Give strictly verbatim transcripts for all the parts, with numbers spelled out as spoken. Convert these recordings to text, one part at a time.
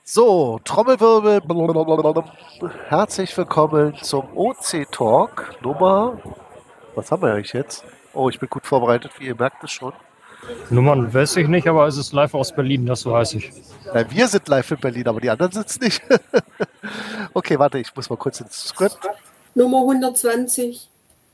So, Trommelwirbel. Blablabla. Herzlich willkommen zum O C Talk Nummer. Was haben wir eigentlich jetzt? Oh, ich bin gut vorbereitet, wie ihr merkt es schon. Nummern weiß ich nicht, aber es ist live aus Berlin, das so weiß ich. Na, wir sind live in Berlin, aber die anderen sitzen nicht. Okay, warte, ich muss mal kurz ins Skript. Nummer hundertzwanzig.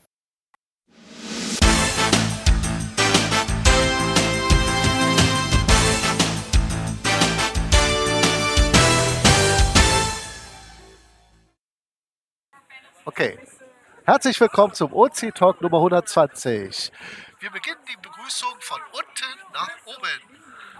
Okay. Herzlich willkommen zum O C Talk Nummer hundertzwanzig. Wir beginnen die Begrüßung von unten nach oben.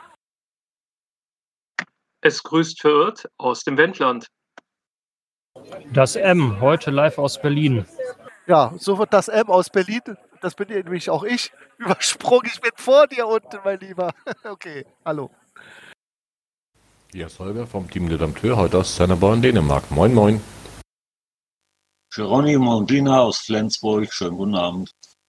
Es grüßt verirrt aus dem Wendland. Das M, heute live aus Berlin. Ja, so wird das M aus Berlin, das bin nämlich auch ich, übersprungen. Ich bin vor dir unten, mein Lieber. Okay, hallo. Ja, Holger vom Team Redempteur, heute aus Skanderborn, Dänemark. Moin, moin. Geronimo und Dina aus Flensburg, schönen guten Abend.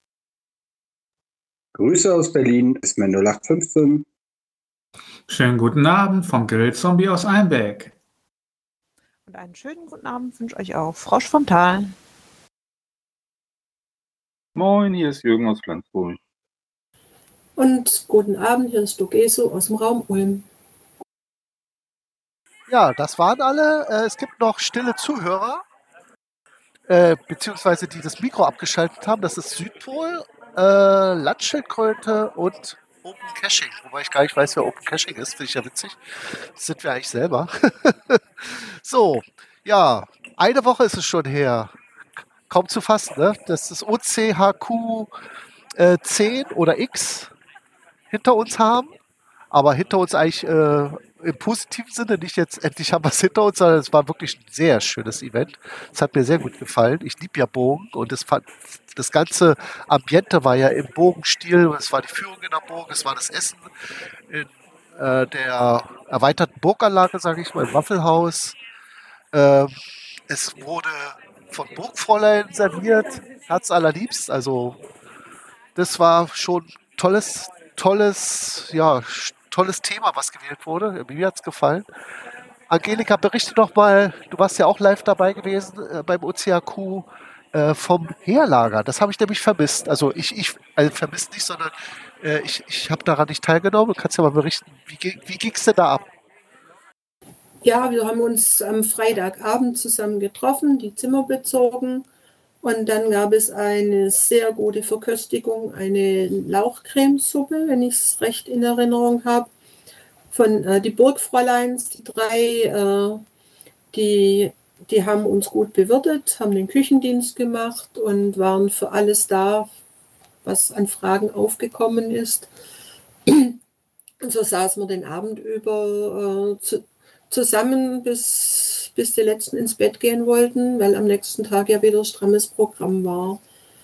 Grüße aus Berlin, ist mein null acht fünf fünf. Schönen guten Abend vom Grillzombie aus Einbeck. Und einen schönen guten Abend wünsche ich euch auch Frosch vom Tal. Moin, hier ist Jürgen aus Flensburg. Und guten Abend, hier ist Dogeso aus dem Raum Ulm. Ja, das waren alle. Äh, Es gibt noch stille Zuhörer, äh, beziehungsweise die das Mikro abgeschaltet haben. Das ist Südpol, äh, Landschildkröte und Open Caching. Wobei ich gar nicht weiß, wer Open Caching ist. Finde ich ja witzig. Das sind wir eigentlich selber. So, ja, eine Woche ist es schon her. Kaum zu fassen, ne? Das ist O C H Q äh, zehn oder X hinter uns haben. Aber hinter uns eigentlich äh, im positiven Sinne, nicht jetzt endlich haben wir es hinter uns, sondern es war wirklich ein sehr schönes Event. Es hat mir sehr gut gefallen. Ich liebe ja Bogen und das, fand, das ganze Ambiente war ja im Bogenstil. Es war die Führung in der Burg, es war das Essen in äh, der erweiterten Burganlage, sage ich mal, im Waffelhaus. Ähm, es wurde von Burgfräulein serviert, herzallerliebst. Also das war schon tolles, tolles, ja, tolles Thema, was gewählt wurde. Mir hat es gefallen. Angelika, berichte doch mal, du warst ja auch live dabei gewesen äh, beim O C H Q äh, vom Heerlager. Das habe ich nämlich vermisst. Also ich, ich also vermisst nicht, sondern äh, ich, ich habe daran nicht teilgenommen. Du kannst ja mal berichten, wie, wie ging es denn da ab? Ja, wir haben uns am Freitagabend zusammen getroffen, die Zimmer bezogen und dann gab es eine sehr gute Verköstigung, eine Lauchcremesuppe, wenn ich es recht in Erinnerung habe, von äh, die Burgfräuleins, die drei, äh, die, die haben uns gut bewirtet, haben den Küchendienst gemacht und waren für alles da, was an Fragen aufgekommen ist. Und so saßen wir den Abend über äh, zu, zusammen, bis, bis die Letzten ins Bett gehen wollten, weil am nächsten Tag ja wieder strammes Programm war.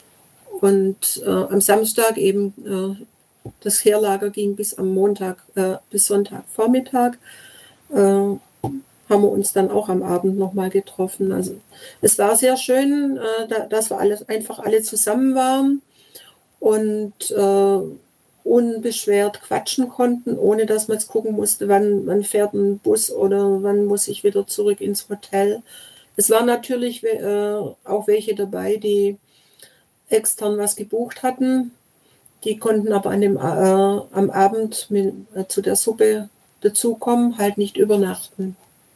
Und äh, am Samstag eben, äh, das Heerlager ging bis am Montag, äh, bis Sonntagvormittag, äh, haben wir uns dann auch am Abend nochmal getroffen. Also es war sehr schön, äh, da, dass wir alles, einfach alle zusammen waren und äh, unbeschwert quatschen konnten, ohne dass man jetzt gucken musste, wann, wann fährt ein Bus oder wann muss ich wieder zurück ins Hotel. Es waren natürlich äh, auch welche dabei, die extern was gebucht hatten. Die konnten aber an dem, äh, am Abend mit, äh, zu der Suppe dazukommen, halt nicht übernachten.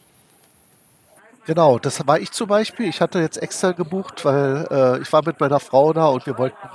Genau, das war ich zum Beispiel. Ich hatte jetzt extra gebucht, weil äh, ich war mit meiner Frau da und wir wollten,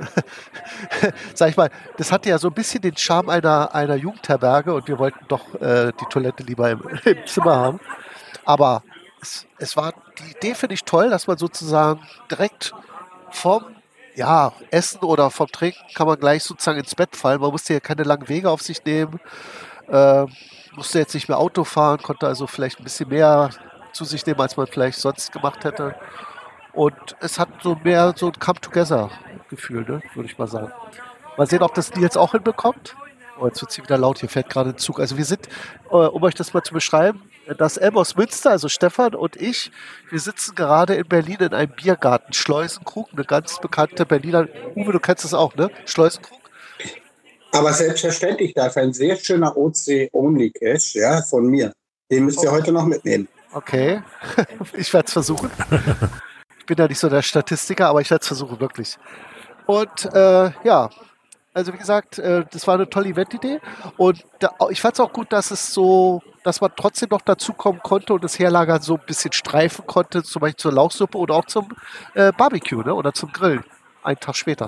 sag ich mal, das hatte ja so ein bisschen den Charme einer, einer Jugendherberge und wir wollten doch äh, die Toilette lieber im, im Zimmer haben. Aber es, es war, die Idee finde ich toll, dass man sozusagen direkt vom ja, Essen oder vom Trinken kann man gleich sozusagen ins Bett fallen. Man musste ja keine langen Wege auf sich nehmen, äh, musste jetzt nicht mehr Auto fahren, konnte also vielleicht ein bisschen mehr zu sich nehmen, als man vielleicht sonst gemacht hätte. Und es hat so mehr so ein Come-Together-Gefühl, ne, würde ich mal sagen. Mal sehen, ob das Nils auch hinbekommt. Oh, jetzt wird es hier wieder laut, hier fährt gerade ein Zug. Also wir sind, äh, um euch das mal zu beschreiben, das M aus Münster, also Stefan und ich, wir sitzen gerade in Berlin in einem Biergarten, Schleusenkrug, eine ganz bekannte Berliner, Uwe, du kennst es auch, ne? Schleusenkrug? Aber selbstverständlich, da ist ein sehr schöner O C-Only-Cache, ja, von mir. Den müsst ihr Oh. heute noch mitnehmen. Okay, ich werde es versuchen. Ich bin ja nicht so der Statistiker, aber ich werde es versuchen, wirklich. Und äh, ja, also wie gesagt, äh, das war eine tolle Eventidee. Und da, ich fand es auch gut, dass es so, dass man trotzdem noch dazukommen konnte und das Herlager so ein bisschen streifen konnte, zum Beispiel zur Lauchsuppe oder auch zum äh, Barbecue, ne? Oder zum Grillen, einen Tag später.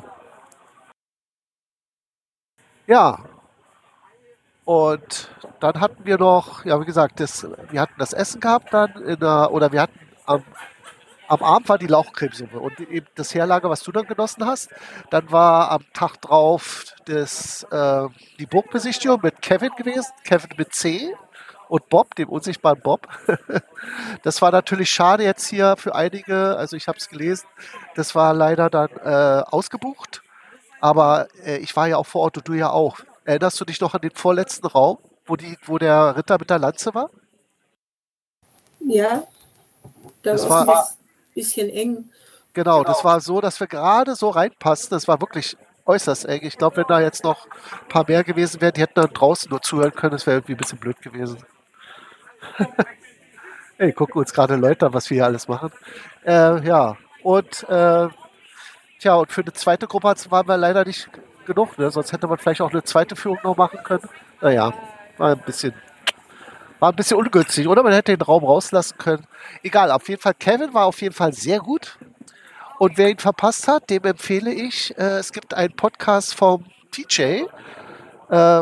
Ja, und dann hatten wir noch, ja wie gesagt, das, wir hatten das Essen gehabt dann, in der, oder wir hatten am, am Abend war die Lauchcremesuppe und eben das Herlager, was du dann genossen hast. Dann war am Tag drauf das, äh, die Burgbesichtigung mit Kevin gewesen, Kevin mit C und Bob, dem unsichtbaren Bob. Das war natürlich schade jetzt hier für einige, also ich habe es gelesen, das war leider dann äh, ausgebucht, aber äh, ich war ja auch vor Ort und du ja auch. Erinnerst du dich noch an den vorletzten Raum, wo, die, wo der Ritter mit der Lanze war? Ja, da Das war war- es ein bisschen eng. Genau, das war so, dass wir gerade so reinpassten. Das war wirklich äußerst eng. Ich glaube, wenn da jetzt noch ein paar mehr gewesen wären, die hätten dann draußen nur zuhören können, das wäre irgendwie ein bisschen blöd gewesen. Ey, gucken uns gerade Leute an, was wir hier alles machen. Äh, ja, und äh, tja, und für eine zweite Gruppe hat's- waren wir leider nicht genug, ne? Sonst hätte man vielleicht auch eine zweite Führung noch machen können. Naja, war ein bisschen, war ein bisschen ungünstig, oder? Man hätte den Raum rauslassen können. Egal, auf jeden Fall, Kevin war auf jeden Fall sehr gut. Und wer ihn verpasst hat, dem empfehle ich, äh, es gibt einen Podcast vom T J, äh,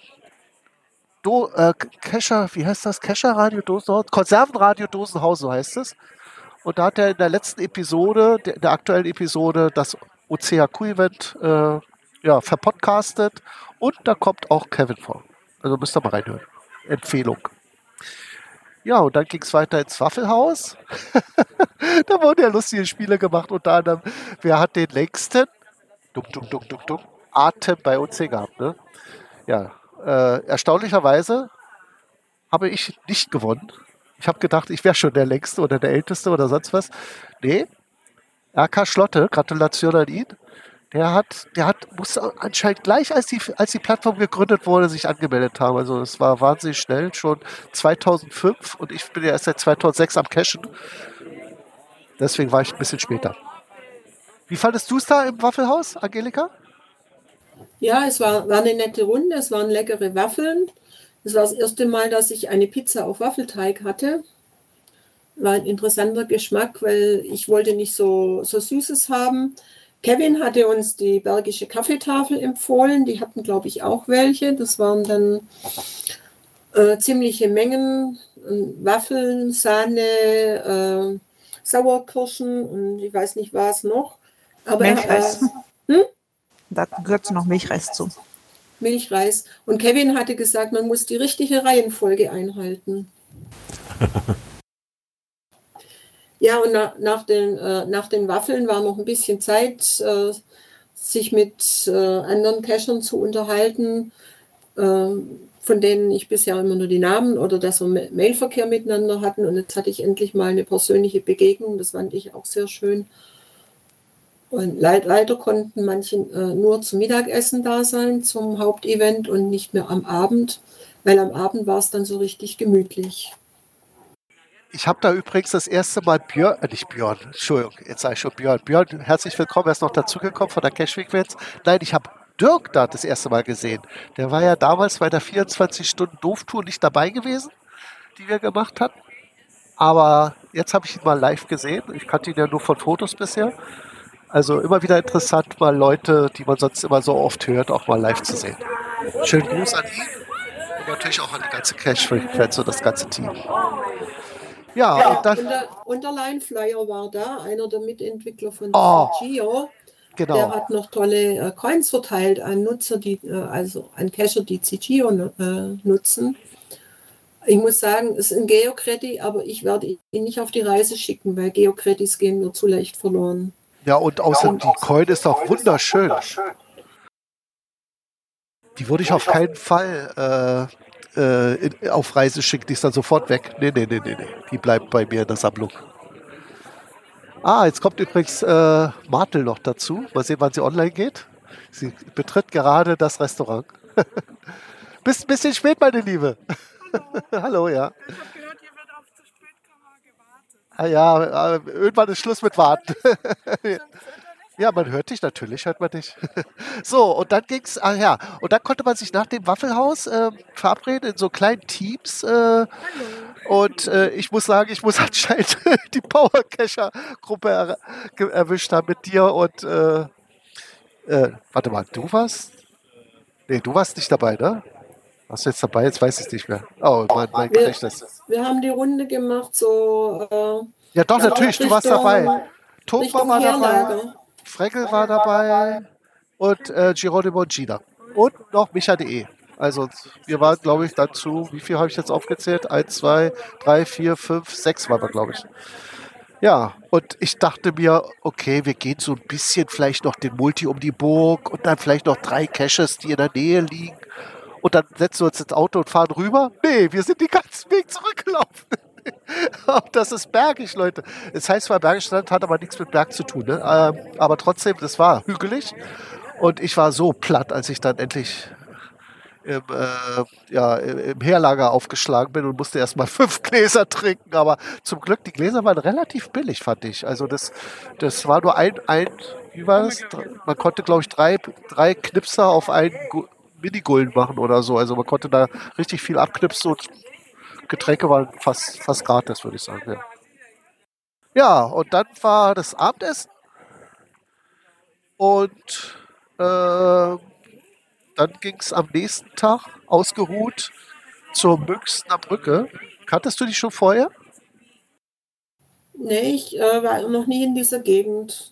Do, äh, Kescher, wie heißt das? Kescher Radio Dosenhaus? Konservenradio Dosenhaus, so heißt es. Und da hat er in der letzten Episode, der, der aktuellen Episode, das O C H Q-Event äh, ja, verpodcastet. Und da kommt auch Kevin vor. Also müsst ihr mal reinhören. Empfehlung. Ja, und dann ging es weiter ins Waffelhaus. Da wurden ja lustige Spiele gemacht. Unter anderem, wer hat den längsten duck, duck, duck, duck, duck, Atem bei O C gehabt, ne? Ja, äh, erstaunlicherweise habe ich nicht gewonnen. Ich habe gedacht, ich wäre schon der Längste oder der Älteste oder sonst was. Nee, R K Schlotte, Gratulation an ihn. Der hat, der hat, muss anscheinend gleich, als die, als die Plattform gegründet wurde, sich angemeldet haben. Also es war wahnsinnig schnell, schon zweitausendfünf und ich bin ja erst seit zweitausendsechs am Cashen. Deswegen war ich ein bisschen später. Wie fandest du es da im Waffelhaus, Angelika? Ja, es war, war eine nette Runde, es waren leckere Waffeln. Es war das erste Mal, dass ich eine Pizza auf Waffelteig hatte. War ein interessanter Geschmack, weil ich wollte nicht so, so Süßes haben. Kevin hatte uns die Bergische Kaffeetafel empfohlen. Die hatten, glaube ich, auch welche. Das waren dann äh, ziemliche Mengen. äh, Waffeln, Sahne, äh, Sauerkirschen und ich weiß nicht, was noch. Aber Milchreis. äh, hm? Da gehört noch Milchreis zu. Milchreis. Und Kevin hatte gesagt, man muss die richtige Reihenfolge einhalten. Ja, und na, nach, den, äh, nach den Waffeln war noch ein bisschen Zeit, äh, sich mit äh, anderen Cachern zu unterhalten, äh, von denen ich bisher immer nur die Namen oder dass wir Ma- Mailverkehr miteinander hatten. Und jetzt hatte ich endlich mal eine persönliche Begegnung. Das fand ich auch sehr schön. Und leid- leider konnten manche äh, nur zum Mittagessen da sein, zum Hauptevent und nicht mehr am Abend, weil am Abend war es dann so richtig gemütlich. Ich habe da übrigens das erste Mal Björn, äh, nicht Björn, Entschuldigung, jetzt sage ich schon Björn. Björn, herzlich willkommen, er ist noch dazugekommen von der Cash-Frequenz. Nein, ich habe Dirk da das erste Mal gesehen. Der war ja damals bei der vierundzwanzig-Stunden-Doof-Tour nicht dabei gewesen, die wir gemacht hatten. Aber jetzt habe ich ihn mal live gesehen. Ich kannte ihn ja nur von Fotos bisher. Also immer wieder interessant, mal Leute, die man sonst immer so oft hört, auch mal live zu sehen. Schönen Gruß an ihn und natürlich auch an die ganze Cash-Frequenz und das ganze Team. Ja, Ja, und dann, und der, und der Line Flyer war da, einer der Mitentwickler von Oh, Gio. Der genau. hat noch tolle äh, Coins verteilt an Nutzer, die, äh, also an Cacher, die C G O äh, nutzen. Ich muss sagen, es ist ein Geocredit, aber ich werde ihn nicht auf die Reise schicken, weil Geocredits gehen mir zu leicht verloren. Ja, und außerdem, die Coin ist auch wunderschön. Die würde ich auf keinen Fall äh, äh, in, auf Reise schicken, die ist dann sofort weg. Nee, nee, nee, nee, nee. Die bleibt bei mir in der Sammlung. Ah, jetzt kommt übrigens äh, Martel noch dazu. Mal sehen, wann sie online geht. Sie betritt gerade das Restaurant. Bist ein bisschen spät, meine Liebe. Hallo, ja. Ah ja, äh, irgendwann ist Schluss mit Warten. Ja, man hört dich natürlich, hört man dich. So, und dann ging's, ah ja, und dann konnte man sich nach dem Waffelhaus äh, verabreden in so kleinen Teams. Äh, und äh, ich muss sagen, ich muss anscheinend die Powercacher-Gruppe er, ge- erwischt haben mit dir und äh, äh, warte mal, du warst? Nee, du warst nicht dabei, ne? Warst du jetzt dabei? Jetzt weiß ich es nicht mehr. Oh, mein, mein Wir, Gedächtnis. wir haben die Runde gemacht, so äh, Ja, doch, ja, natürlich, du warst Richtung, dabei. Toma Richtung war dabei, Herlager. Fregel war dabei und äh, Geronimo und Gina. Und noch Micha.de. Also wir waren, glaube ich, dazu, wie viel habe ich jetzt aufgezählt? Eins, zwei, drei, vier, fünf, sechs waren wir, glaube ich. Ja, und ich dachte mir, okay, wir gehen so ein bisschen vielleicht noch den Multi um die Burg und dann vielleicht noch drei Caches, die in der Nähe liegen. Und dann setzen wir uns ins Auto und fahren rüber. Nee, wir sind den ganzen Weg zurückgelaufen. Das ist bergig, Leute. Es heißt zwar Bergisch Land, hat aber nichts mit Berg zu tun. Ne? Ähm, aber trotzdem, das war hügelig. Und ich war so platt, als ich dann endlich im, äh, ja, im Herlager aufgeschlagen bin und musste erst mal fünf Gläser trinken. Aber zum Glück, die Gläser waren relativ billig, fand ich. Also das, das war nur ein, ein wie war das? Man konnte, glaube ich, drei, drei Knipser auf einen Gu- Minigulden machen oder so. Also man konnte da richtig viel abknipsen und Getränke waren fast, fast gratis, würde ich sagen. Ja. Ja, und dann war das Abendessen und äh, dann ging es am nächsten Tag ausgeruht zur Münchner Brücke. Kanntest du die schon vorher? Nee, ich äh, war noch nie in dieser Gegend.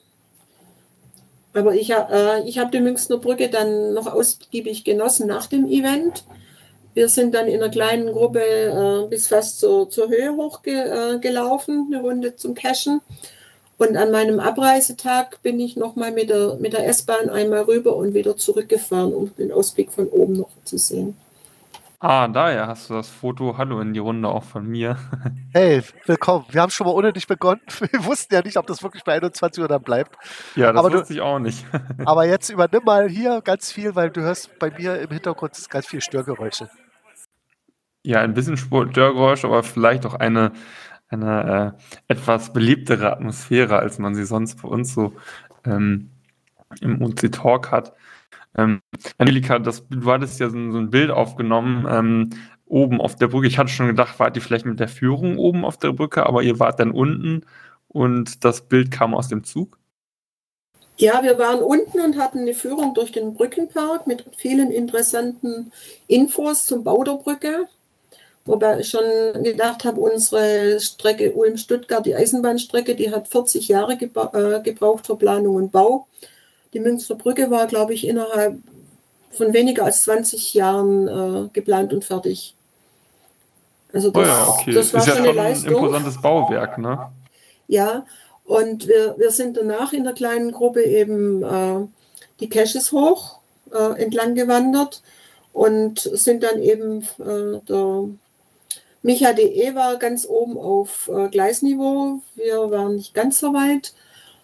Aber ich, ha- äh, ich habe die Münchner Brücke dann noch ausgiebig genossen nach dem Event. Wir sind dann in einer kleinen Gruppe äh, bis fast zur, zur Höhe hochgelaufen, äh, gelaufen, eine Runde zum Cashen. Und an meinem Abreisetag bin ich nochmal mit der, mit der S-Bahn einmal rüber und wieder zurückgefahren, um den Ausblick von oben noch zu sehen. Ah, daher hast du das Foto. Hallo in die Runde auch von mir. Hey, willkommen. Wir haben schon mal ohne dich begonnen. Wir wussten ja nicht, ob das wirklich bei einundzwanzig Uhr dann bleibt. Ja, das Aber du- wusste ich auch nicht. Aber jetzt übernimm mal hier ganz viel, weil du hörst bei mir im Hintergrund ganz viel Störgeräusche. Ja, ein bisschen Störgeräusch, aber vielleicht auch eine, eine äh, etwas beliebtere Atmosphäre, als man sie sonst bei uns so ähm, im U C Talk hat. Ähm, Angelika, das, du hattest ja so, ein- so ein Bild aufgenommen, ähm, oben auf der Brücke. Ich hatte schon gedacht, wart ihr vielleicht mit der Führung oben auf der Brücke, aber ihr wart dann unten und das Bild kam aus dem Zug. Ja, wir waren unten und hatten eine Führung durch den Brückenpark mit vielen interessanten Infos zum Bau der Brücke. Wobei ich schon gedacht habe, unsere Strecke Ulm-Stuttgart, die Eisenbahnstrecke, die hat vierzig Jahre gebra äh, gebraucht für Planung und Bau. Die Münchner Brücke war, glaube ich, innerhalb von weniger als zwanzig Jahren äh, geplant und fertig. Also das, Oh ja, okay. das war Ist ja schon schon eine ein Leistung. imposantes Bauwerk, ne? Ja, und wir, wir sind danach in der kleinen Gruppe eben äh, die Caches hoch äh, entlang gewandert und sind dann eben äh, der Micha.de war ganz oben auf äh, Gleisniveau. Wir waren nicht ganz so weit.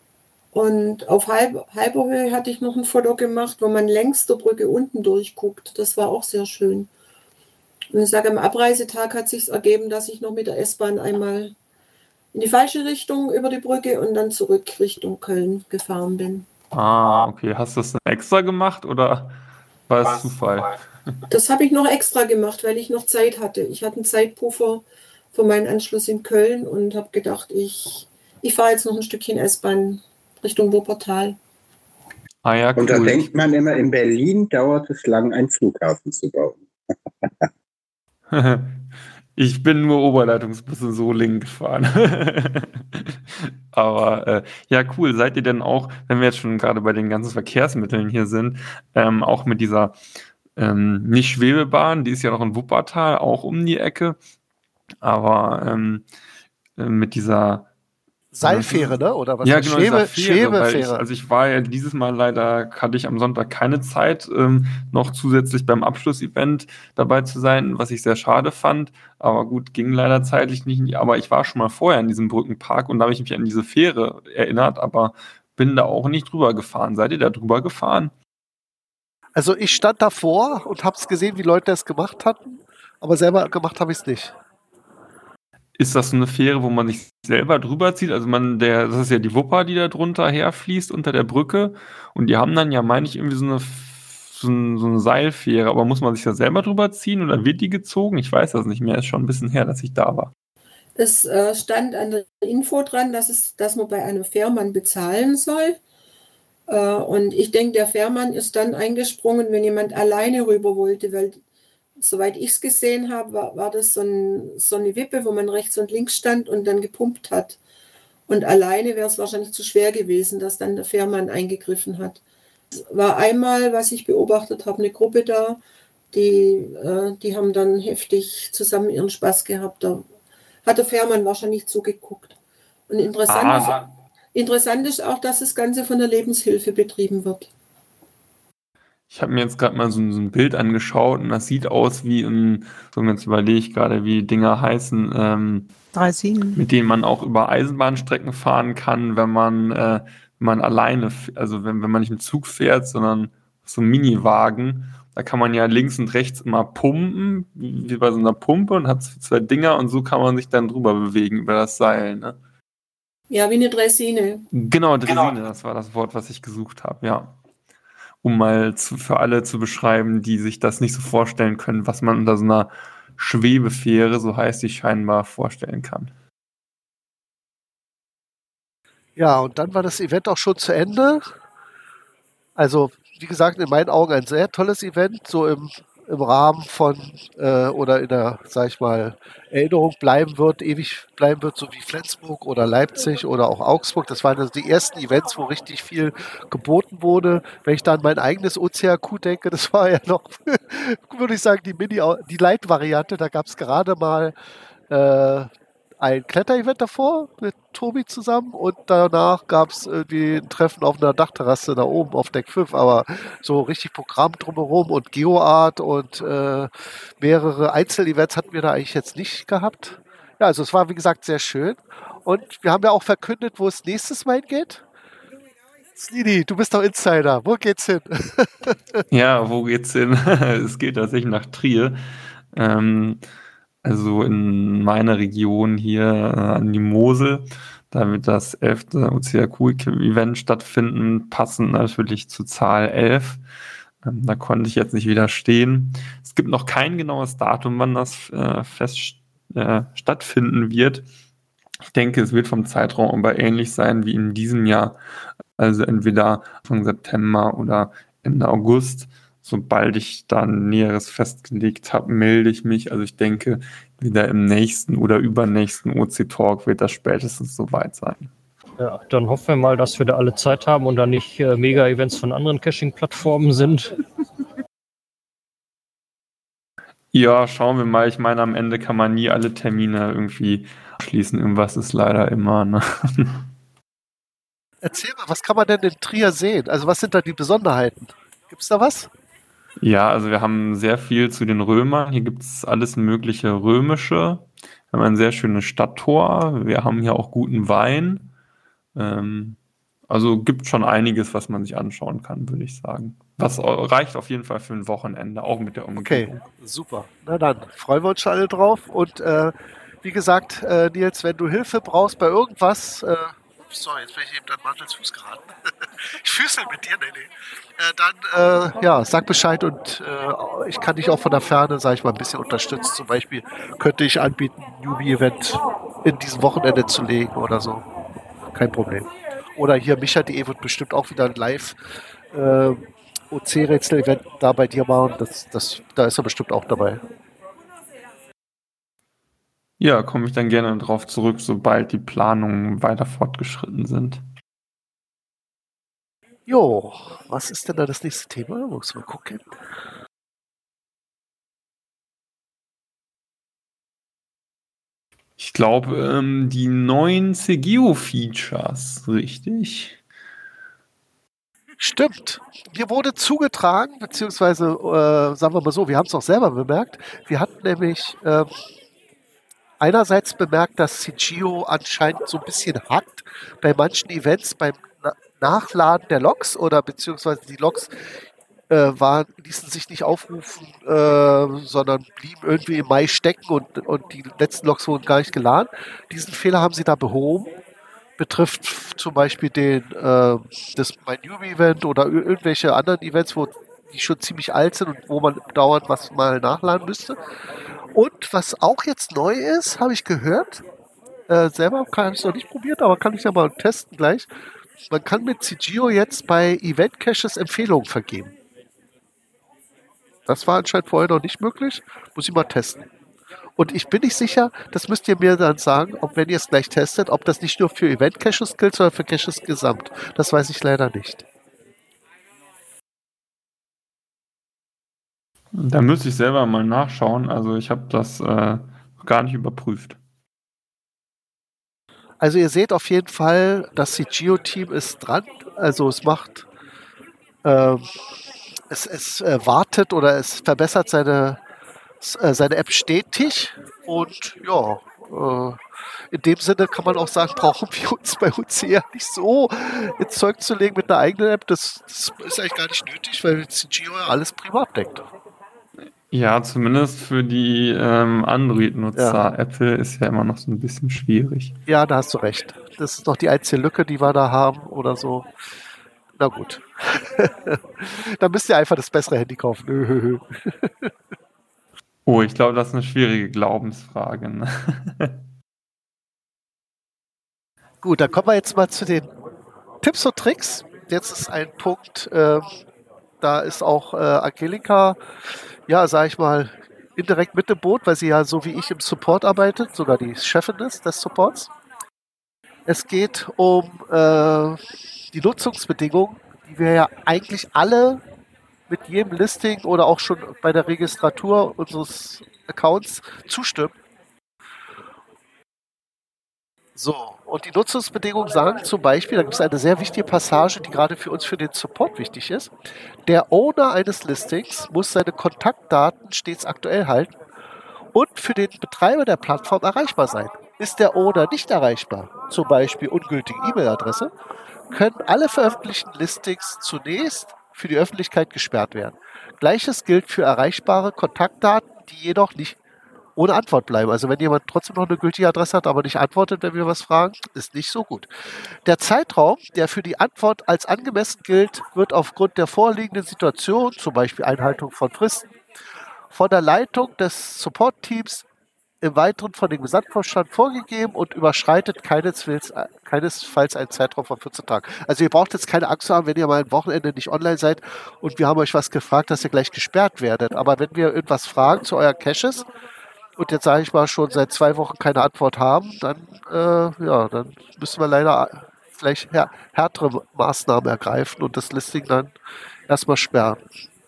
Und auf halb, halber Höhe hatte ich noch ein Foto gemacht, wo man längs der Brücke unten durchguckt. Das war auch sehr schön. Und ich sage, am Abreisetag hat sich ergeben, dass ich noch mit der S-Bahn einmal in die falsche Richtung über die Brücke und dann zurück Richtung Köln gefahren bin. Ah, okay. Hast du das dann extra gemacht oder war es Zufall? Das habe ich noch extra gemacht, weil ich noch Zeit hatte. Ich hatte einen Zeitpuffer für meinen Anschluss in Köln und habe gedacht, ich, ich fahre jetzt noch ein Stückchen S-Bahn Richtung Wuppertal. Ah ja, Und da cool. denkt man immer, in Berlin dauert es lang, einen Flughafen zu bauen. Ich bin nur Oberleitungsbus in Solingen gefahren. Aber äh, ja, cool. Seid ihr denn auch, wenn wir jetzt schon gerade bei den ganzen Verkehrsmitteln hier sind, ähm, auch mit dieser ähm, nicht Schwebebahn, die ist ja noch in Wuppertal, auch um die Ecke, aber ähm, äh, mit dieser Seilfähre, ne? Oder was? ja, heißt genau, Schwebe, dieser Fähre, weil ich, Schwebefähre. also ich war ja dieses Mal leider, hatte ich am Sonntag keine Zeit, ähm, noch zusätzlich beim Abschlussevent dabei zu sein, was ich sehr schade fand, aber gut, ging leider zeitlich nicht, aber ich war schon mal vorher in diesem Brückenpark und da habe ich mich an diese Fähre erinnert, aber bin da auch nicht drüber gefahren. Seid ihr da drüber gefahren? Also ich stand davor und habe es gesehen, wie Leute das gemacht hatten. Aber selber gemacht habe ich es nicht. Ist das so eine Fähre, wo man sich selber drüber zieht? Also man, der, das ist ja die Wupper, die da drunter herfließt unter der Brücke. Und die haben dann ja, meine ich, irgendwie so eine, so, ein, so eine Seilfähre. Aber muss man sich da selber drüber ziehen oder wird die gezogen? Ich weiß das nicht mehr. Ist schon ein bisschen her, dass ich da war. Es äh, stand an der Info dran, dass, es, dass man bei einem Fährmann bezahlen soll. Äh, und ich denke, der Fährmann ist dann eingesprungen, wenn jemand alleine rüber wollte, weil soweit ich es gesehen habe, war, war das so, ein, so eine Wippe, wo man rechts und links stand und dann gepumpt hat. Und alleine wäre es wahrscheinlich zu schwer gewesen, dass dann der Fährmann eingegriffen hat. Es war einmal, was ich beobachtet habe, eine Gruppe da, die, äh, die haben dann heftig zusammen ihren Spaß gehabt. Da hat der Fährmann wahrscheinlich zugeguckt. Und interessant, ah. ist, interessant ist auch, dass das Ganze von der Lebenshilfe betrieben wird. Ich habe mir jetzt gerade mal so, so ein Bild angeschaut und das sieht aus wie ein, so jetzt überlege ich gerade, wie Dinger heißen, ähm, mit denen man auch über Eisenbahnstrecken fahren kann, wenn man, äh, wenn man alleine, also wenn, wenn man nicht im Zug fährt, sondern so ein Miniwagen. Da kann man ja links und rechts immer pumpen, wie bei so einer Pumpe, und hat zwei Dinger und so kann man sich dann drüber bewegen über das Seil. Ne? Ja, wie eine Draisine. Genau, Draisine, genau. Das war das Wort, was ich gesucht habe, ja. Um mal zu, für alle zu beschreiben, die sich das nicht so vorstellen können, was man unter so einer Schwebefähre, so heißt die scheinbar, vorstellen kann. Ja, und dann war das Event auch schon zu Ende. Also, wie gesagt, in meinen Augen ein sehr tolles Event, so im, im Rahmen von äh, oder in der, sag ich mal, Erinnerung bleiben wird, ewig bleiben wird, so wie Flensburg oder Leipzig oder auch Augsburg. Das waren also die ersten Events, wo richtig viel geboten wurde. Wenn ich da an mein eigenes O C A Q denke, das war ja noch, würde ich sagen, die Mini, die Light-Variante. Da gab es gerade mal äh, ein Kletterevent davor mit Tobi zusammen und danach gab es irgendwie ein Treffen auf einer Dachterrasse da oben auf Deck fünf, aber so richtig Programm drumherum und GeoArt und äh, mehrere Einzelevents hatten wir da eigentlich jetzt nicht gehabt. Ja, also es war wie gesagt sehr schön und wir haben ja auch verkündet, wo es nächstes Mal hingeht. Slidi, du bist doch Insider, wo geht's hin? Ja, wo geht's hin? Es geht tatsächlich nach Trier. Ähm, Also in meiner Region hier äh, an die Mosel. Da wird das elfte O C A Q-Event stattfinden, passend natürlich zu Zahl elf. Ähm, da konnte ich jetzt nicht widerstehen. Es gibt noch kein genaues Datum, wann das äh, fest äh, stattfinden wird. Ich denke, es wird vom Zeitraum aber ähnlich sein wie in diesem Jahr. Also entweder Anfang September oder Ende August. Sobald ich dann Näheres festgelegt habe, melde ich mich. Also ich denke, wieder im nächsten oder übernächsten O C-Talk wird das spätestens soweit sein. Ja, dann hoffen wir mal, dass wir da alle Zeit haben und da nicht äh, Mega-Events von anderen Caching-Plattformen sind. Ja, schauen wir mal. Ich meine, am Ende kann man nie alle Termine irgendwie schließen. Irgendwas ist leider immer, ne? Erzähl mal, was kann man denn in Trier sehen? Also was sind da die Besonderheiten? Gibt es da was? Ja, also wir haben sehr viel zu den Römern. Hier gibt es alles mögliche Römische. Wir haben ein sehr schönes Stadttor. Wir haben hier auch guten Wein. Ähm, also gibt schon einiges, was man sich anschauen kann, würde ich sagen. Was reicht auf jeden Fall für ein Wochenende, auch mit der Umgebung. Okay, super. Na dann, freuen wir uns schon alle drauf. Und äh, wie gesagt, äh, Nils, wenn du Hilfe brauchst bei irgendwas, äh, sorry, jetzt bin ich eben an Mantels Fuß geraten. Ich füßel mit dir, nee, nee. Äh, dann, äh, ja, sag Bescheid und äh, ich kann dich auch von der Ferne, sag ich mal, ein bisschen unterstützen. Zum Beispiel könnte ich anbieten, ein Newbie-Event in diesem Wochenende zu legen oder so. Kein Problem. Oder hier micha punkt de wird bestimmt auch wieder ein Live äh, O C-Rätsel-Event da bei dir machen. Das, das, da ist er bestimmt auch dabei. Ja, komme ich dann gerne darauf zurück, sobald die Planungen weiter fortgeschritten sind. Jo, was ist denn da das nächste Thema? Muss mal gucken. Ich glaube, ähm, die neuen C G O Features, richtig? Stimmt. Mir wurde zugetragen, beziehungsweise, äh, sagen wir mal so, wir haben es auch selber bemerkt. Wir hatten nämlich äh, einerseits bemerkt, dass C G O anscheinend so ein bisschen hackt bei manchen Events beim Na- Nachladen der Logs oder beziehungsweise die Logs äh, waren, ließen sich nicht aufrufen, äh, sondern blieben irgendwie im Mai stecken und, und die letzten Logs wurden gar nicht geladen. Diesen Fehler haben sie da behoben. Betrifft zum Beispiel den, äh, das My Newbie Event oder ir- irgendwelche anderen Events, wo die schon ziemlich alt sind und wo man dauernd was mal nachladen müsste. Und was auch jetzt neu ist, habe ich gehört, äh, selber habe ich es noch nicht probiert, aber kann ich ja mal testen gleich. Man kann mit C G O jetzt bei Event Caches Empfehlungen vergeben. Das war anscheinend vorher noch nicht möglich. Muss ich mal testen. Und ich bin nicht sicher, das müsst ihr mir dann sagen, ob wenn ihr es gleich testet, ob das nicht nur für Event Caches gilt, sondern für Caches gesamt. Das weiß ich leider nicht. Da müsste ich selber mal nachschauen. Also ich habe das äh, gar nicht überprüft. Also ihr seht auf jeden Fall, das C G O-Team ist dran. Also es macht, ähm, es, es äh, wartet oder es verbessert seine, s- äh, seine App stetig. Und ja, äh, in dem Sinne kann man auch sagen, brauchen wir uns bei U C ja nicht so ins Zeug zu legen mit einer eigenen App. Das, das ist eigentlich gar nicht nötig, weil C G O ja alles privat deckt. Ja, zumindest für die ähm, Android-Nutzer. Ja. Apple ist ja immer noch so ein bisschen schwierig. Ja, da hast du recht. Das ist doch die einzige Lücke, die wir da haben oder so. Na gut. Dann müsst ihr einfach das bessere Handy kaufen. Oh, ich glaube, das ist eine schwierige Glaubensfrage. Ne? Gut, dann kommen wir jetzt mal zu den Tipps und Tricks. Jetzt ist ein Punkt, äh, da ist auch äh, Angelika, ja, sag ich mal, indirekt mit im Boot, weil sie ja so wie ich im Support arbeitet, sogar die Chefin ist des Supports. Es geht um äh, die Nutzungsbedingungen, die wir ja eigentlich alle mit jedem Listing oder auch schon bei der Registratur unseres Accounts zustimmen. So, und die Nutzungsbedingungen sagen zum Beispiel, da gibt es eine sehr wichtige Passage, die gerade für uns für den Support wichtig ist. Der Owner eines Listings muss seine Kontaktdaten stets aktuell halten und für den Betreiber der Plattform erreichbar sein. Ist der Owner nicht erreichbar, zum Beispiel ungültige E-Mail-Adresse, können alle veröffentlichten Listings zunächst für die Öffentlichkeit gesperrt werden. Gleiches gilt für erreichbare Kontaktdaten, die jedoch nicht ohne Antwort bleiben. Also wenn jemand trotzdem noch eine gültige Adresse hat, aber nicht antwortet, wenn wir was fragen, ist nicht so gut. Der Zeitraum, der für die Antwort als angemessen gilt, wird aufgrund der vorliegenden Situation, zum Beispiel Einhaltung von Fristen, von der Leitung des Support-Teams im Weiteren von dem Gesamtvorstand vorgegeben und überschreitet keinesfalls, keinesfalls einen Zeitraum von vierzehn Tagen. Also ihr braucht jetzt keine Angst haben, wenn ihr mal ein Wochenende nicht online seid und wir haben euch was gefragt, dass ihr gleich gesperrt werdet. Aber wenn wir irgendwas fragen zu euren Caches und jetzt sage ich mal schon seit zwei Wochen keine Antwort haben, dann, äh, ja, dann müssen wir leider vielleicht här härtere Maßnahmen ergreifen und das Listing dann erstmal sperren.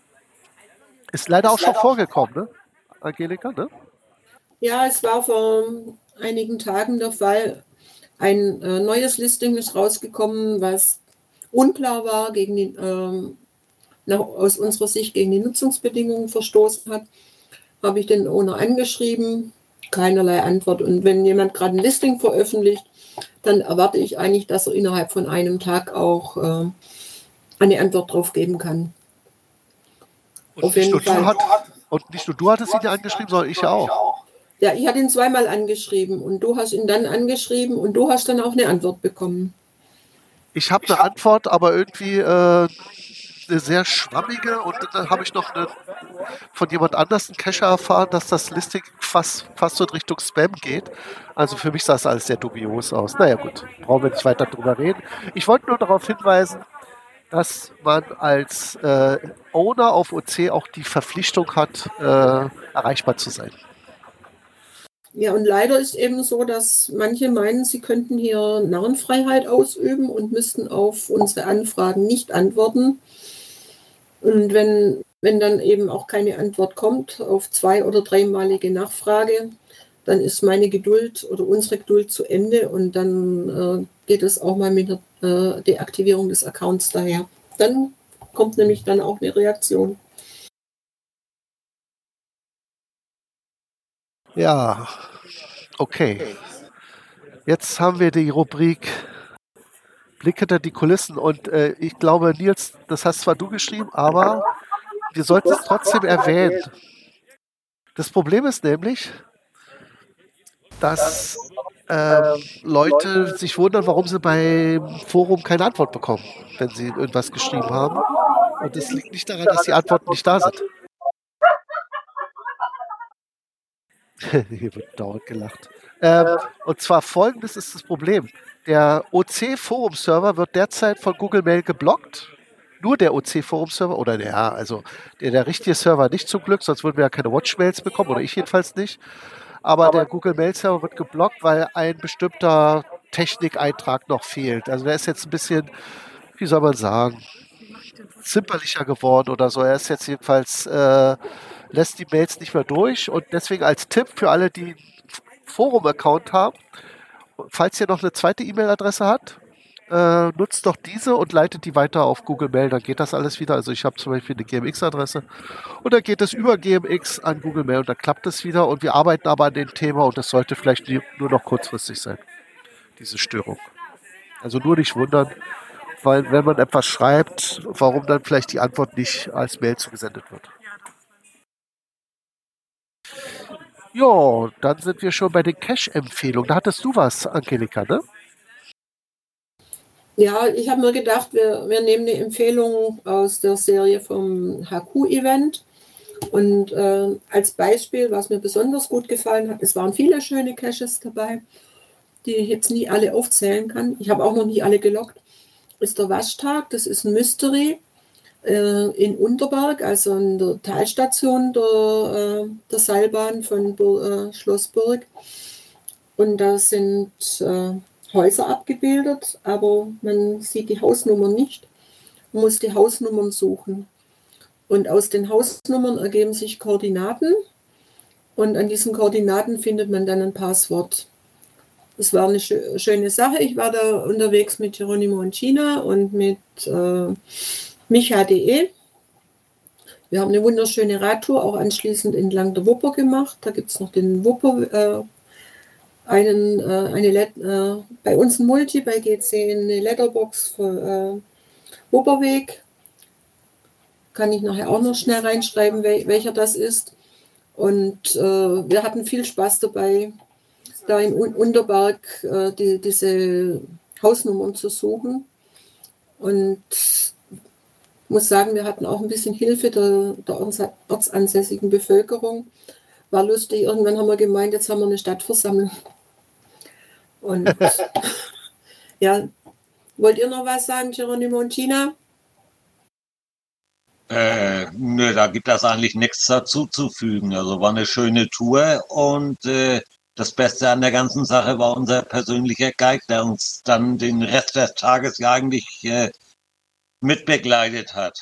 Ist leider auch schon vorgekommen, ne, Angelika, ne? Ja, es war vor einigen Tagen der Fall. Ein äh, neues Listing ist rausgekommen, was unklar war, gegen die, ähm, nach, aus unserer Sicht gegen die Nutzungsbedingungen verstoßen hat. Habe ich den Owner angeschrieben, keinerlei Antwort. Und wenn jemand gerade ein Listing veröffentlicht, dann erwarte ich eigentlich, dass er innerhalb von einem Tag auch äh, eine Antwort drauf geben kann. Und Auf nicht, jeden nur du Fall. hat, und nicht nur du hattest ihn ja angeschrieben, sondern ich ja auch. Ja, ich hatte ihn zweimal angeschrieben und du hast ihn dann angeschrieben und du hast dann auch eine Antwort bekommen. Ich habe eine Antwort, aber irgendwie äh, eine sehr schwammige und dann habe ich noch eine, von jemand anders einen Cacher erfahren, dass das Listing fast, fast so in Richtung Spam geht. Also für mich sah es alles sehr dubios aus. Naja gut, brauchen wir nicht weiter drüber reden. Ich wollte nur darauf hinweisen, dass man als äh, Owner auf O C auch die Verpflichtung hat, äh, erreichbar zu sein. Ja, und leider ist eben so, dass manche meinen, sie könnten hier Narrenfreiheit ausüben und müssten auf unsere Anfragen nicht antworten. Und wenn, wenn dann eben auch keine Antwort kommt auf zwei- oder dreimalige Nachfrage, dann ist meine Geduld oder unsere Geduld zu Ende und dann äh, geht es auch mal mit der äh, Deaktivierung des Accounts daher. Dann kommt nämlich dann auch eine Reaktion. Ja, okay. Jetzt haben wir die Rubrik Blick hinter die Kulissen und äh, ich glaube, Nils, das hast zwar du geschrieben, aber wir sollten es trotzdem erwähnen. Das Problem ist nämlich, dass ähm, Leute sich wundern, warum sie beim Forum keine Antwort bekommen, wenn sie irgendwas geschrieben haben. Und es liegt nicht daran, dass die Antworten nicht da sind. Hier wird dauernd gelacht. Ähm, und zwar folgendes ist das Problem. Der O C-Forum-Server wird derzeit von Google Mail geblockt. Nur der O C-Forum-Server, oder der, ja, also der, der richtige Server nicht zum Glück, sonst würden wir ja keine Watch-Mails bekommen, oder ich jedenfalls nicht. Aber der Google Mail-Server wird geblockt, weil ein bestimmter Technikeintrag noch fehlt. Also der ist jetzt ein bisschen, wie soll man sagen, zimperlicher geworden oder so. Er ist jetzt jedenfalls, äh, lässt die Mails nicht mehr durch. Und deswegen als Tipp für alle, die einen Forum-Account haben, falls ihr noch eine zweite E-Mail-Adresse habt, äh, nutzt doch diese und leitet die weiter auf Google Mail, dann geht das alles wieder. Also ich habe zum Beispiel eine G M X-Adresse und dann geht es über G M X an Google Mail und dann klappt es wieder und wir arbeiten aber an dem Thema und das sollte vielleicht nur noch kurzfristig sein, diese Störung. Also nur nicht wundern, weil wenn man etwas schreibt, warum dann vielleicht die Antwort nicht als Mail zugesendet wird. Ja, dann sind wir schon bei den Cache-Empfehlungen. Da hattest du was, Angelika, ne? Ja, ich habe mir gedacht, wir, wir nehmen eine Empfehlung aus der Serie vom H Q-Event. Und äh, als Beispiel, was mir besonders gut gefallen hat, es waren viele schöne Caches dabei, die ich jetzt nie alle aufzählen kann. Ich habe auch noch nie alle gelockt. Ist der Waschtag, das ist ein Mystery äh, in Unterberg, also in der Talstation der, äh, der Seilbahn von Bur äh, Schloss Burg. Und da sind äh, Häuser abgebildet, aber man sieht die Hausnummern nicht. Man muss die Hausnummern suchen. Und aus den Hausnummern ergeben sich Koordinaten. Und an diesen Koordinaten findet man dann ein Passwort. Das war eine schö schöne Sache. Ich war da unterwegs mit Geronimo und Gina und mit äh, Micha punkt de. Wir haben eine wunderschöne Radtour auch anschließend entlang der Wupper gemacht. Da gibt es noch den Wupper, äh, einen, äh, eine Let äh, bei uns ein Multi, bei G C eine Letterbox für äh, Wupperweg. Kann ich nachher auch noch schnell reinschreiben, wel welcher das ist. Und äh, wir hatten viel Spaß dabei, da in Un Unterberg äh, die, diese Hausnummern zu suchen. Und ich muss sagen, wir hatten auch ein bisschen Hilfe der, der ortsansässigen Bevölkerung. War lustig, irgendwann haben wir gemeint, jetzt haben wir eine Stadtversammlung. Und ja, wollt ihr noch was sagen, Geronimo und Gina? Äh, nö, da gibt es eigentlich nichts dazu zu fügen. Also war eine schöne Tour und äh, das Beste an der ganzen Sache war unser persönlicher Guide, der uns dann den Rest des Tages ja eigentlich äh, mitbegleitet hat.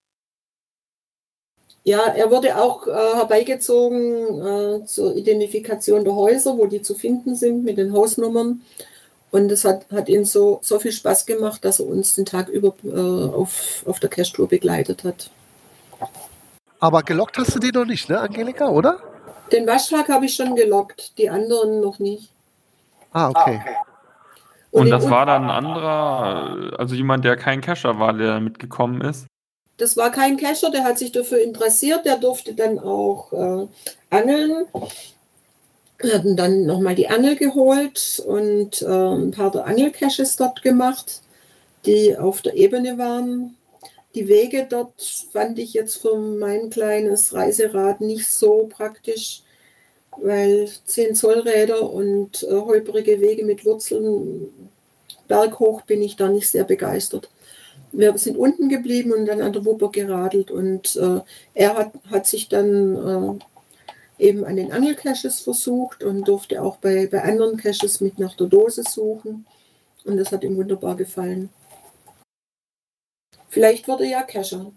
Ja, er wurde auch äh, herbeigezogen äh, zur Identifikation der Häuser, wo die zu finden sind mit den Hausnummern. Und es hat, hat ihm so, so viel Spaß gemacht, dass er uns den Tag über äh, auf, auf der Cache-Tour begleitet hat. Aber gelockt hast du den noch nicht, ne, Angelika, oder? Den Waschtag habe ich schon gelockt, die anderen noch nicht. Ah, okay. Und, Und den das Un- war dann ein anderer, also jemand, der kein Cacher war, der mitgekommen ist? Das war kein Cacher, der hat sich dafür interessiert, der durfte dann auch äh, angeln. Wir hatten dann nochmal die Angel geholt und äh, ein paar der Angelcaches dort gemacht, die auf der Ebene waren. Die Wege dort fand ich jetzt für mein kleines Reiserad nicht so praktisch, weil zehn Zollräder und äh, holprige Wege mit Wurzeln berghoch bin ich da nicht sehr begeistert. Wir sind unten geblieben und dann an der Wupper geradelt und äh, er hat, hat sich dann äh, eben an den Angelcaches versucht und durfte auch bei, bei anderen Caches mit nach der Dose suchen und das hat ihm wunderbar gefallen. Vielleicht wird er ja Cacher.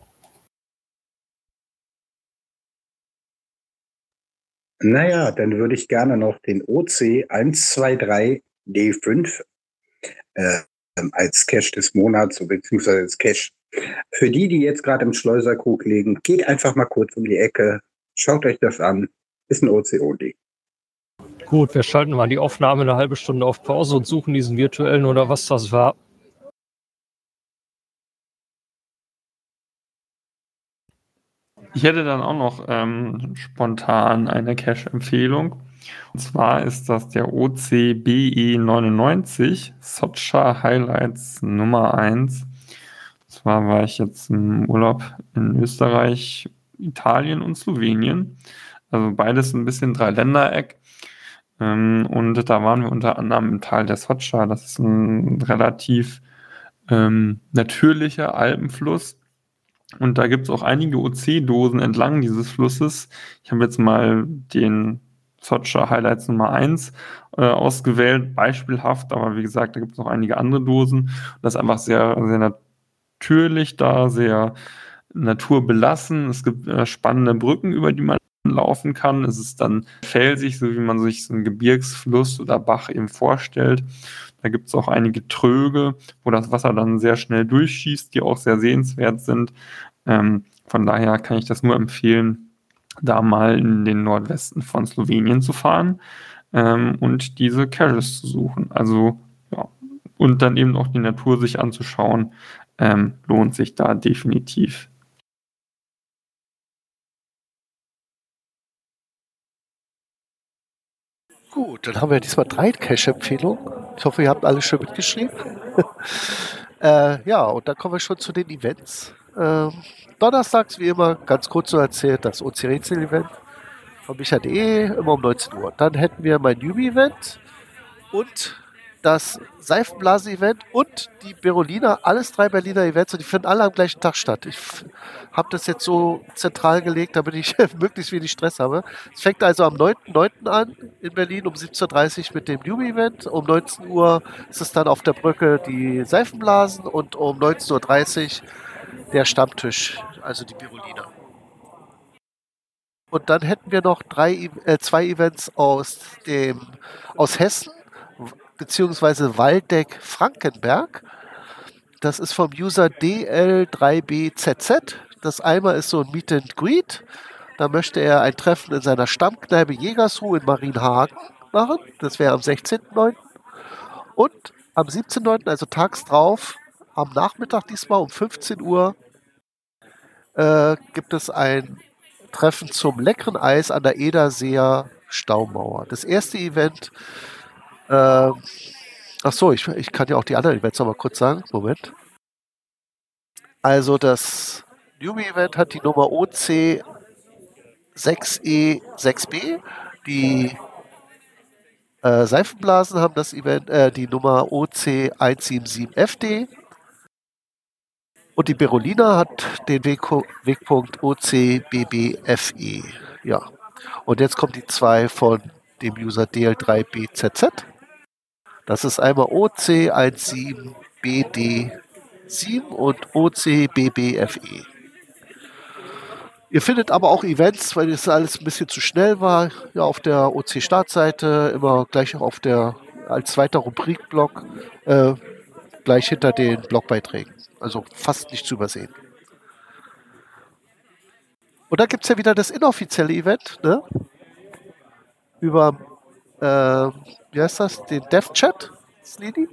Naja, dann würde ich gerne noch den O C eins zwei drei D fünf äh, als Cache des Monats, beziehungsweise als Cache. Für die, die jetzt gerade im Schleuserkrug liegen, geht einfach mal kurz um die Ecke, schaut euch das an, ist ein O C-Only. Gut, wir schalten mal die Aufnahme eine halbe Stunde auf Pause und suchen diesen virtuellen oder was das war. Ich hätte dann auch noch ähm, spontan eine Cache-Empfehlung. Und zwar ist das der O C B E neunundneunzig, Socha Highlights Nummer eins. Und zwar war ich jetzt im Urlaub in Österreich, Italien und Slowenien. Also beides ein bisschen Dreiländereck. Ähm, und da waren wir unter anderem im Tal der Socha. Das ist ein relativ ähm, natürlicher Alpenfluss. Und da gibt es auch einige O C-Dosen entlang dieses Flusses. Ich habe jetzt mal den Socha Highlights Nummer eins äh, ausgewählt, beispielhaft, aber wie gesagt, da gibt es noch einige andere Dosen. Das ist einfach sehr, sehr natürlich da, sehr naturbelassen. Es gibt äh, spannende Brücken, über die man laufen kann. Es ist dann felsig, so wie man sich so einen Gebirgsfluss oder Bach eben vorstellt. Da gibt es auch einige Tröge, wo das Wasser dann sehr schnell durchschießt, die auch sehr sehenswert sind. Ähm, von daher kann ich das nur empfehlen, da mal in den Nordwesten von Slowenien zu fahren ähm, und diese Caches zu suchen. Also ja, und dann eben auch die Natur sich anzuschauen, ähm, lohnt sich da definitiv. Gut, dann haben wir diesmal drei Cache-Empfehlungen. Ich hoffe, ihr habt alle schön mitgeschrieben. äh, ja, und dann kommen wir schon zu den Events. Ähm, donnerstags, wie immer, ganz kurz so erzählt, das O C-Rätsel-Event von micha punkt de, immer um neunzehn Uhr. Dann hätten wir mein Newbie-Event und das Seifenblasen-Event und die Berolina, alles drei Berliner Events, und die finden alle am gleichen Tag statt. Ich habe das jetzt so zentral gelegt, damit ich möglichst wenig Stress habe. Es fängt also am neunten neunten an in Berlin um siebzehn Uhr dreißig mit dem Newbie-Event. Um neunzehn Uhr ist es dann auf der Brücke die Seifenblasen und um neunzehn Uhr dreißig der Stammtisch, also die Berolina. Und dann hätten wir noch drei, äh, zwei Events aus, dem, aus Hessen, beziehungsweise Waldeck Frankenberg. Das ist vom User D L drei B Z Z. Das einmal ist so ein Meet and Greet. Da möchte er ein Treffen in seiner Stammkneipe Jägersruh in Marienhagen machen. Das wäre am sechzehnten neunten Und am siebzehnten neunten, also tags drauf, am Nachmittag diesmal um fünfzehn Uhr, äh, gibt es ein Treffen zum leckeren Eis an der Ederseer Staumauer. Das erste Event, äh, ach so, ich, ich kann ja auch die anderen Events noch mal kurz sagen. Moment. Also das Newbie-Event hat die Nummer O C sechs E sechs B. Die äh, Seifenblasen haben das Event, äh, die Nummer O C eins sieben sieben F D. Und die Berolina hat den Weg, Wegpunkt O C B B F E. Ja. Und jetzt kommen die zwei von dem User D L drei B Z Z. Das ist einmal O C eins sieben B D sieben und O C B B F E. Ihr findet aber auch Events, weil das alles ein bisschen zu schnell war, ja, auf der O C-Startseite, immer gleich auf der, als zweiter Rubrikblock, äh, gleich hinter den Blogbeiträgen. Also fast nicht zu übersehen. Und dann gibt es ja wieder das inoffizielle Event, ne? Über, äh, wie heißt das, den Dev-Chat, Slidi?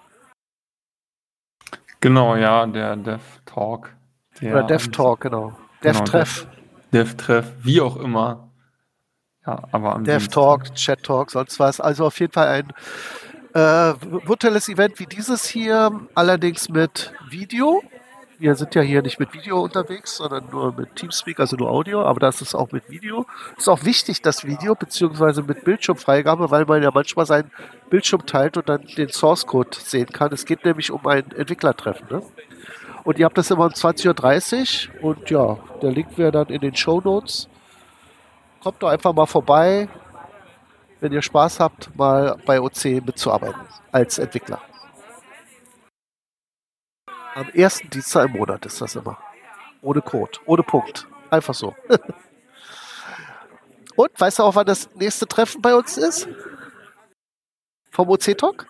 Genau, ja, der Dev-Talk. Oder Dev-Talk, genau. Dev-Treff. Dev-Treff, wie auch immer. Ja, aber am Dev-Talk, Chat-Talk, sonst was. Also auf jeden Fall ein äh, virtuelles Event wie dieses hier, allerdings mit Video. Wir sind ja hier nicht mit Video unterwegs, sondern nur mit Teamspeak, also nur Audio, aber das ist auch mit Video. Ist auch wichtig, das Video, beziehungsweise mit Bildschirmfreigabe, weil man ja manchmal seinen Bildschirm teilt und dann den Source-Code sehen kann. Es geht nämlich um ein Entwicklertreffen, ne? Und ihr habt das immer um zwanzig Uhr dreißig und ja, der Link wäre dann in den Shownotes. Kommt doch einfach mal vorbei, wenn ihr Spaß habt, mal bei O C mitzuarbeiten als Entwickler. Am ersten Dienstag im Monat ist das immer. Ohne Code, ohne Punkt. Einfach so. Und, weißt du auch, wann das nächste Treffen bei uns ist? Vom O C-Talk?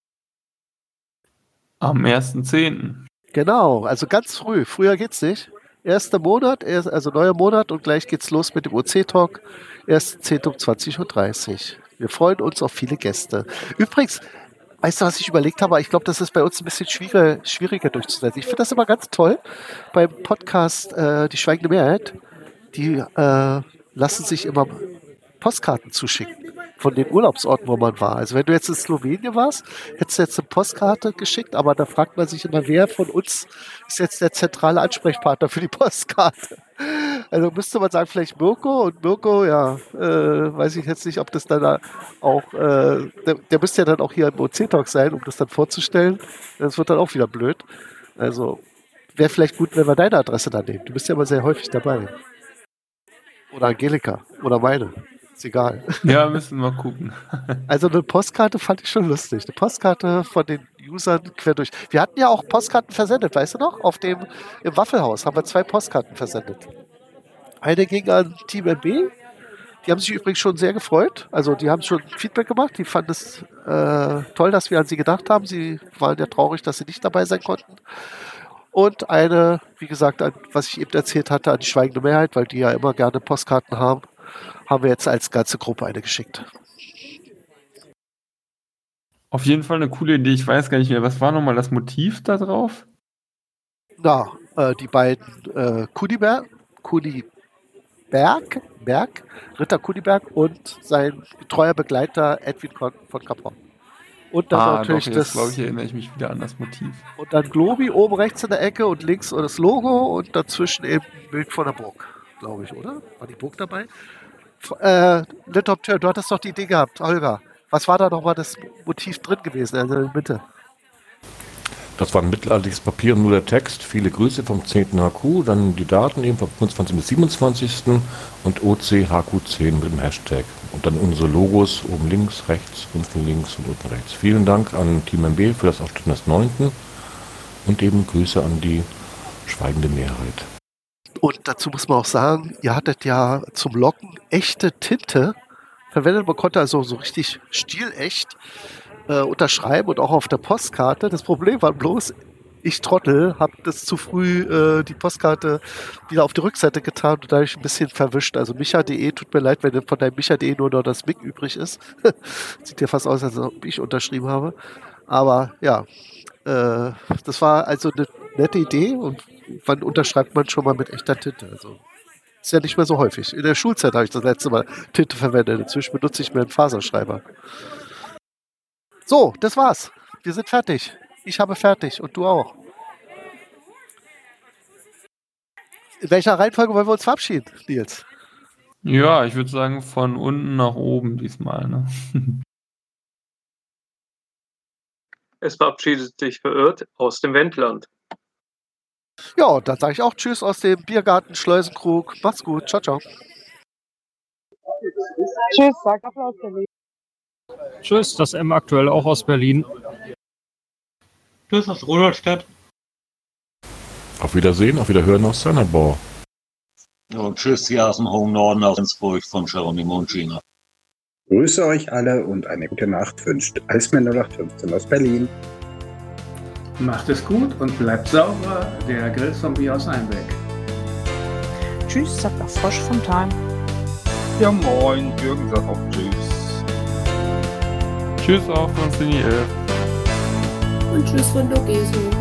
Am ersten zehnten Genau, also ganz früh. Früher geht's nicht. Erster Monat, also neuer Monat und gleich geht's los mit dem O C-Talk. ersten zehnten um zwanzig Uhr dreißig. Wir freuen uns auf viele Gäste. Übrigens, weißt du, was ich überlegt habe? Ich glaube, das ist bei uns ein bisschen schwieriger, schwieriger durchzusetzen. Ich finde das immer ganz toll beim Podcast äh, Die Schweigende Mehrheit. die äh, lassen sich immer Postkarten zuschicken von den Urlaubsorten, wo man war. Also wenn du jetzt in Slowenien warst, hättest du jetzt eine Postkarte geschickt, aber da fragt man sich immer, wer von uns ist jetzt der zentrale Ansprechpartner für die Postkarte. Also müsste man sagen, vielleicht Mirko, und Mirko, ja, äh, weiß ich jetzt nicht, ob das dann da auch, äh, der, der müsste ja dann auch hier im O C-Talk sein, um das dann vorzustellen. Das wird dann auch wieder blöd. Also wäre vielleicht gut, wenn wir deine Adresse da nehmen. Du bist ja immer sehr häufig dabei. Oder Angelika, oder meine. Ist egal. Ja, müssen wir mal gucken. Also eine Postkarte fand ich schon lustig. Eine Postkarte von den Usern quer durch. Wir hatten ja auch Postkarten versendet, weißt du noch? Auf dem, im Waffelhaus haben wir zwei Postkarten versendet. Eine ging an Team M B. Die haben sich übrigens schon sehr gefreut. Also die haben schon Feedback gemacht. Die fanden es äh, toll, dass wir an sie gedacht haben. Sie waren ja traurig, dass sie nicht dabei sein konnten. Und eine, wie gesagt, an, was ich eben erzählt hatte, an die schweigende Mehrheit, weil die ja immer gerne Postkarten haben, haben wir jetzt als ganze Gruppe eine geschickt. Auf jeden Fall eine coole Idee. Ich weiß gar nicht mehr, was war nochmal das Motiv da drauf? Na, äh, die beiden äh, Kudiberg, Kudiberg, Berg, Ritter Kudiberg und sein treuer Begleiter Edwin von, von Capron. Und dann ah, natürlich doch, das. glaube ich, erinnere ich mich wieder an das Motiv. Und dann Globi oben rechts in der Ecke und links das Logo und dazwischen eben ein Bild von der Burg, glaube ich, oder? War die Burg dabei? Äh, Litopteur, du hattest doch die Idee gehabt, Holger. Was war da nochmal das Motiv drin gewesen, also in der Mitte? Das war ein mittelalterliches Papier und nur der Text. Viele Grüße vom zehnten H Q, dann die Daten eben vom fünfundzwanzigsten bis siebenundzwanzigsten und O C H Q zehn mit dem Hashtag. Und dann unsere Logos oben links, rechts, unten links und unten rechts. Vielen Dank an Team M B für das Aufstellen des neunten und eben Grüße an die schweigende Mehrheit. Und dazu muss man auch sagen, ihr hattet ja zum Locken echte Tinte verwendet. Man konnte also so richtig stilecht äh, unterschreiben und auch auf der Postkarte. Das Problem war bloß, ich Trottel, habe das zu früh äh, die Postkarte wieder auf die Rückseite getan und dadurch ein bisschen verwischt. Also micha.de, tut mir leid, wenn von deinem micha.de nur noch das Mic übrig ist. Sieht ja fast aus, als ob ich unterschrieben habe. Aber ja, äh, das war also eine nette Idee und wann unterschreibt man schon mal mit echter Tinte? Also ist ja nicht mehr so häufig. In der Schulzeit habe ich das letzte Mal Tinte verwendet. Inzwischen benutze ich mir einen Faserschreiber. So, das war's. Wir sind fertig. Ich habe fertig und du auch. In welcher Reihenfolge wollen wir uns verabschieden, Nils? Ja, ich würde sagen von unten nach oben diesmal. Ne? Es verabschiedet sich verirrt aus dem Wendland. Ja, und dann sage ich auch Tschüss aus dem Biergarten Schleusenkrug. Macht's gut. Ciao, ciao. Tschüss, sagt auch aus Berlin. Tschüss, das M aktuell auch aus Berlin. Tschüss aus Rudolstadt. Auf Wiedersehen, auf Wiederhören aus Sannerbau. Und tschüss hier aus dem hohen Norden aus Innsbruck von Geronimo und Gina. Grüße euch alle und eine gute Nacht wünscht Eismann null acht fünfzehn aus Berlin. Macht es gut und bleibt sauber, der Grillzombie aus Einbeck. Tschüss, sagt auch Frosch von Time. Ja moin, Jürgen sagt auch Tschüss. Tschüss auch von Cine elf. Und tschüss von Logeso.